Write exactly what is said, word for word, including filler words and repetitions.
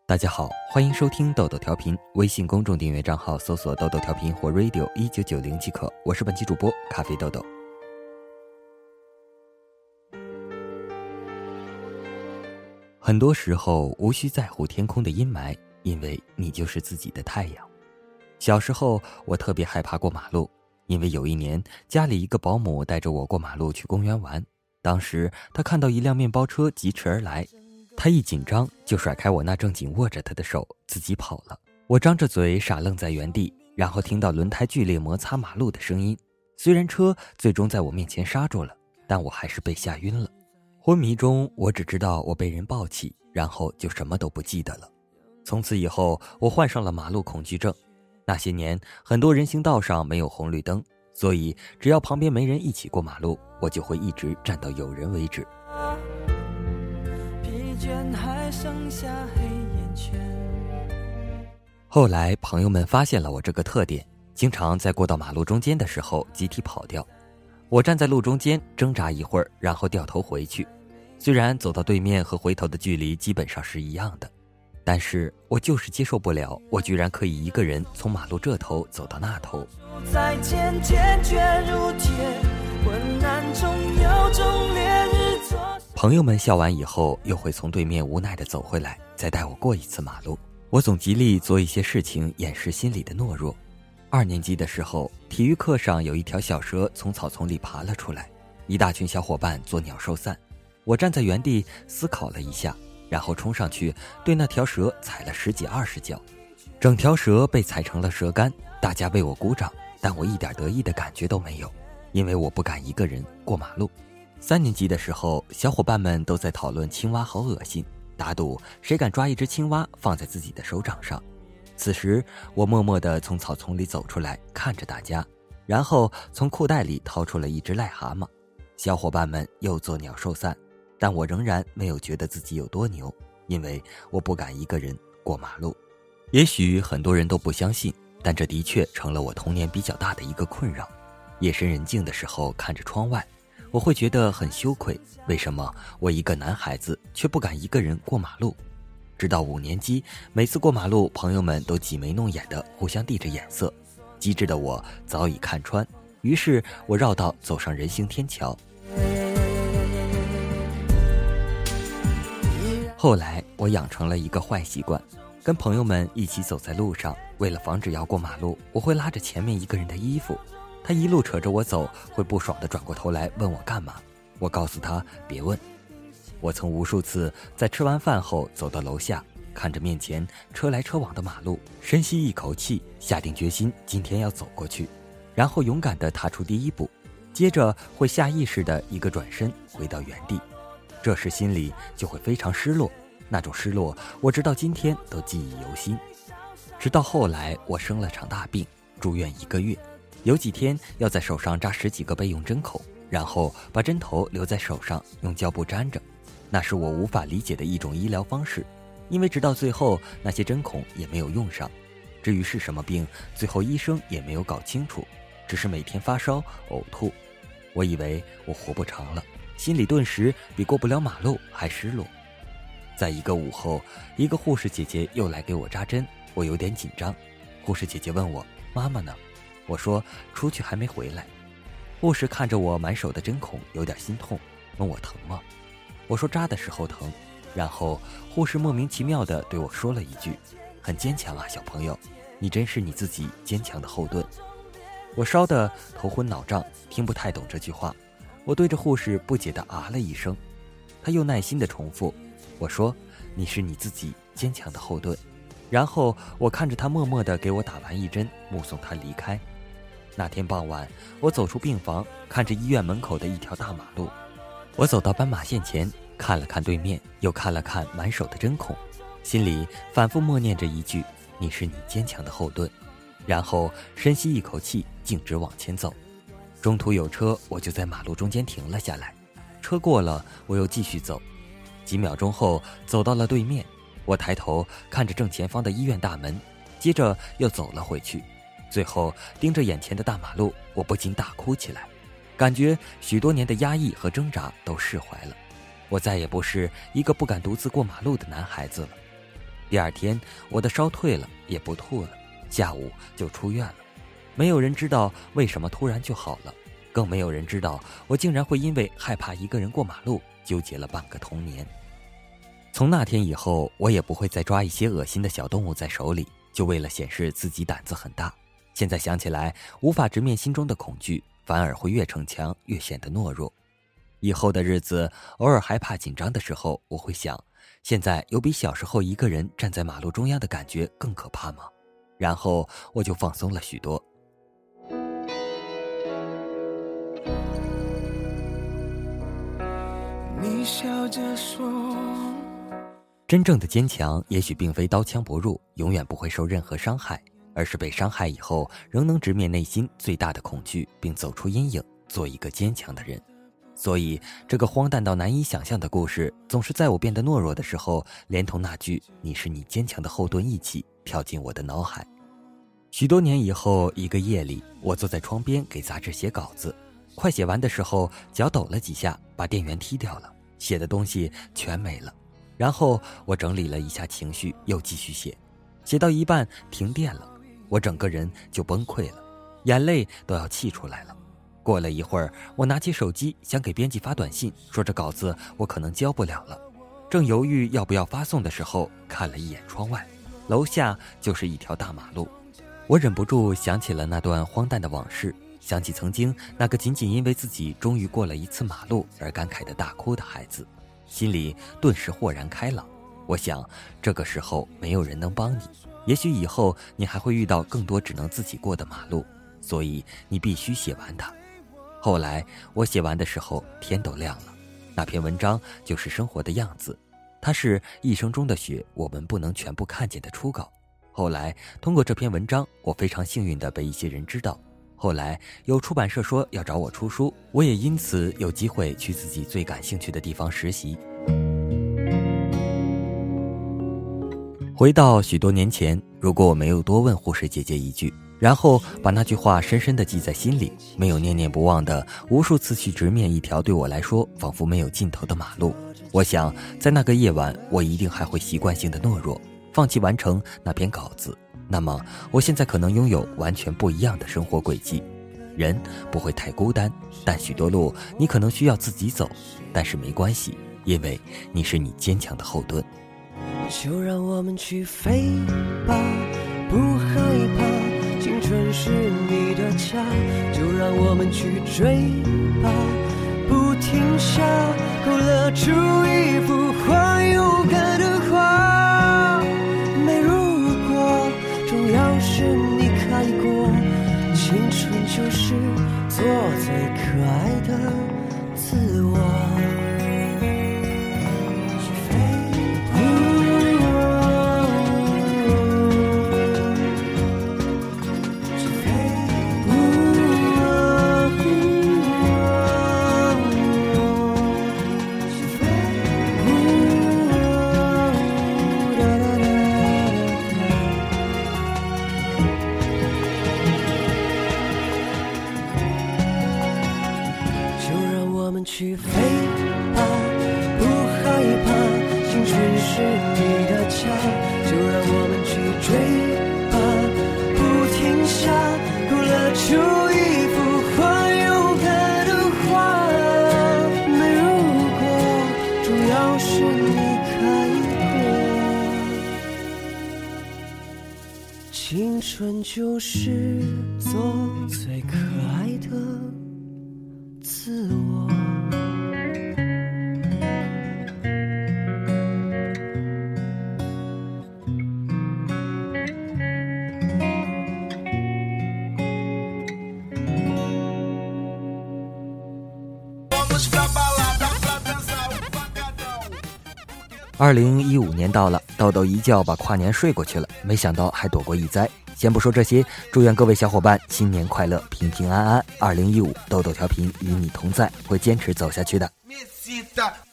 大家好，欢迎收听豆豆调频，微信公众订阅账号搜索豆豆调频或 radio 一九九零即可。我是本期主播咖啡豆豆。很多时候无需在乎天空的阴霾，因为你就是自己的太阳。小时候我特别害怕过马路，因为有一年家里一个保姆带着我过马路去公园玩，当时他看到一辆面包车疾驰而来，他一紧张就甩开我那正紧握着他的手，自己跑了。我张着嘴傻愣在原地，然后听到轮胎剧烈摩擦马路的声音。虽然车最终在我面前刹住了，但我还是被吓晕了。昏迷中我只知道我被人抱起，然后就什么都不记得了。从此以后我患上了马路恐惧症。那些年很多人行道上没有红绿灯，所以只要旁边没人一起过马路，我就会一直站到有人为止。还剩下黑眼圈。后来朋友们发现了我这个特点，经常在过到马路中间的时候集体跑掉。我站在路中间挣扎一会儿，然后掉头回去。虽然走到对面和回头的距离基本上是一样的，但是我就是接受不了我居然可以一个人从马路这头走到那头。再见坚决如铁，昏暗中有种烈日灼。朋友们笑完以后又会从对面无奈地走回来，再带我过一次马路。我总极力做一些事情掩饰心里的懦弱。二年级的时候，体育课上有一条小蛇从草丛里爬了出来，一大群小伙伴做鸟兽散。我站在原地思考了一下，然后冲上去对那条蛇踩了十几二十脚，整条蛇被踩成了蛇干。大家为我鼓掌，但我一点得意的感觉都没有，因为我不敢一个人过马路。三年级的时候，小伙伴们都在讨论青蛙好恶心，打赌谁敢抓一只青蛙放在自己的手掌上。此时我默默地从草丛里走出来，看着大家，然后从裤袋里掏出了一只癞蛤蟆。小伙伴们又做鸟兽散，但我仍然没有觉得自己有多牛，因为我不敢一个人过马路。也许很多人都不相信，但这的确成了我童年比较大的一个困扰。夜深人静的时候，看着窗外，我会觉得很羞愧，为什么我一个男孩子却不敢一个人过马路？直到五年级，每次过马路，朋友们都挤眉弄眼的互相递着眼色，机智的我早已看穿，于是我绕道走上人行天桥。后来我养成了一个坏习惯，跟朋友们一起走在路上，为了防止要过马路，我会拉着前面一个人的衣服，他一路扯着我走，会不爽地转过头来问我干嘛。我告诉他别问。我曾无数次在吃完饭后走到楼下，看着面前车来车往的马路，深吸一口气，下定决心今天要走过去，然后勇敢地踏出第一步，接着会下意识地一个转身回到原地。这时心里就会非常失落，那种失落我直到今天都记忆犹新。直到后来我生了场大病，住院一个月，有几天要在手上扎十几个备用针孔，然后把针头留在手上用胶布粘着。那是我无法理解的一种医疗方式，因为直到最后那些针孔也没有用上。至于是什么病，最后医生也没有搞清楚，只是每天发烧呕吐。我以为我活不长了，心里顿时比过不了马路还失落。在一个午后，一个护士姐姐又来给我扎针，我有点紧张。护士姐姐问我妈妈呢？我说出去还没回来。护士看着我满手的针孔，有点心痛，问我疼吗？我说扎的时候疼。然后护士莫名其妙地对我说了一句，很坚强啊，小朋友，你真是你自己坚强的后盾。我烧得头昏脑胀，听不太懂这句话。我对着护士不解地啊了一声，她又耐心地重复，我说你是你自己坚强的后盾。然后我看着她默默地给我打完一针，目送她离开。那天傍晚，我走出病房，看着医院门口的一条大马路。我走到斑马线前，看了看对面，又看了看满手的针孔，心里反复默念着一句，你是你坚强的后盾。然后深吸一口气，径直往前走。中途有车，我就在马路中间停了下来，车过了，我又继续走。几秒钟后走到了对面，我抬头看着正前方的医院大门，接着又走了回去。最后盯着眼前的大马路，我不禁大哭起来，感觉许多年的压抑和挣扎都释怀了。我再也不是一个不敢独自过马路的男孩子了。 第二天我的烧退了，也不吐了，下午就出院了。没有人知道为什么突然就好了，更没有人知道我竟然会因为害怕一个人过马路纠结了半个童年。从那天以后，我也不会再抓一些恶心的小动物在手里，就为了显示自己胆子很大。现在想起来，无法直面心中的恐惧，反而会越逞强越显得懦弱。以后的日子，偶尔害怕紧张的时候，我会想，现在有比小时候一个人站在马路中央的感觉更可怕吗？然后我就放松了许多。你笑着说，真正的坚强也许并非刀枪不入，永远不会受任何伤害，而是被伤害以后仍能直面内心最大的恐惧，并走出阴影，做一个坚强的人。所以这个荒诞到难以想象的故事，总是在我变得懦弱的时候，连同那句你是你坚强的后盾一起跳进我的脑海。许多年以后，一个夜里，我坐在窗边给杂志写稿子，快写完的时候脚抖了几下，把电源踢掉了，写的东西全没了。然后我整理了一下情绪，又继续写，写到一半停电了，我整个人就崩溃了，眼泪都要气出来了。过了一会儿，我拿起手机想给编辑发短信，说这稿子我可能交不了了。正犹豫要不要发送的时候，看了一眼窗外，楼下就是一条大马路。我忍不住想起了那段荒诞的往事，想起曾经那个仅仅因为自己终于过了一次马路而感慨的大哭的孩子，心里顿时豁然开朗。我想这个时候没有人能帮你，也许以后你还会遇到更多只能自己过的马路，所以你必须写完它。后来我写完的时候天都亮了，那篇文章就是生活的样子，它是一生中的雪我们不能全部看见的初稿。后来通过这篇文章，我非常幸运地被一些人知道，后来有出版社说要找我出书，我也因此有机会去自己最感兴趣的地方实习。回到许多年前，如果我没有多问护士姐姐一句，然后把那句话深深地记在心里，没有念念不忘的无数次去直面一条对我来说仿佛没有尽头的马路，我想在那个夜晚，我一定还会习惯性的懦弱，放弃完成那篇稿子。那么我现在可能拥有完全不一样的生活轨迹。人不会太孤单，但许多路你可能需要自己走，但是没关系，因为你是你坚强的后盾。 就让我们去飞吧，不害怕，青春是你的家。就让我们去追吧，不停下，勾勒出一幅画，勇敢的画。没如果，重要是你开过。青春就是做最可爱的自我。去飞吧，不害怕，青春是你的家。就让我们去追吧，不停下，勾勒出一幅画，勇敢的画。没如果，重要是你开过。青春就是做最可爱的自我。 二零一五年到了，豆豆一觉把跨年睡过去了，没想到还躲过一灾。先不说这些，祝愿各位小伙伴新年快乐，平平安安。二零一五豆豆调频与你同在，会坚持走下去的。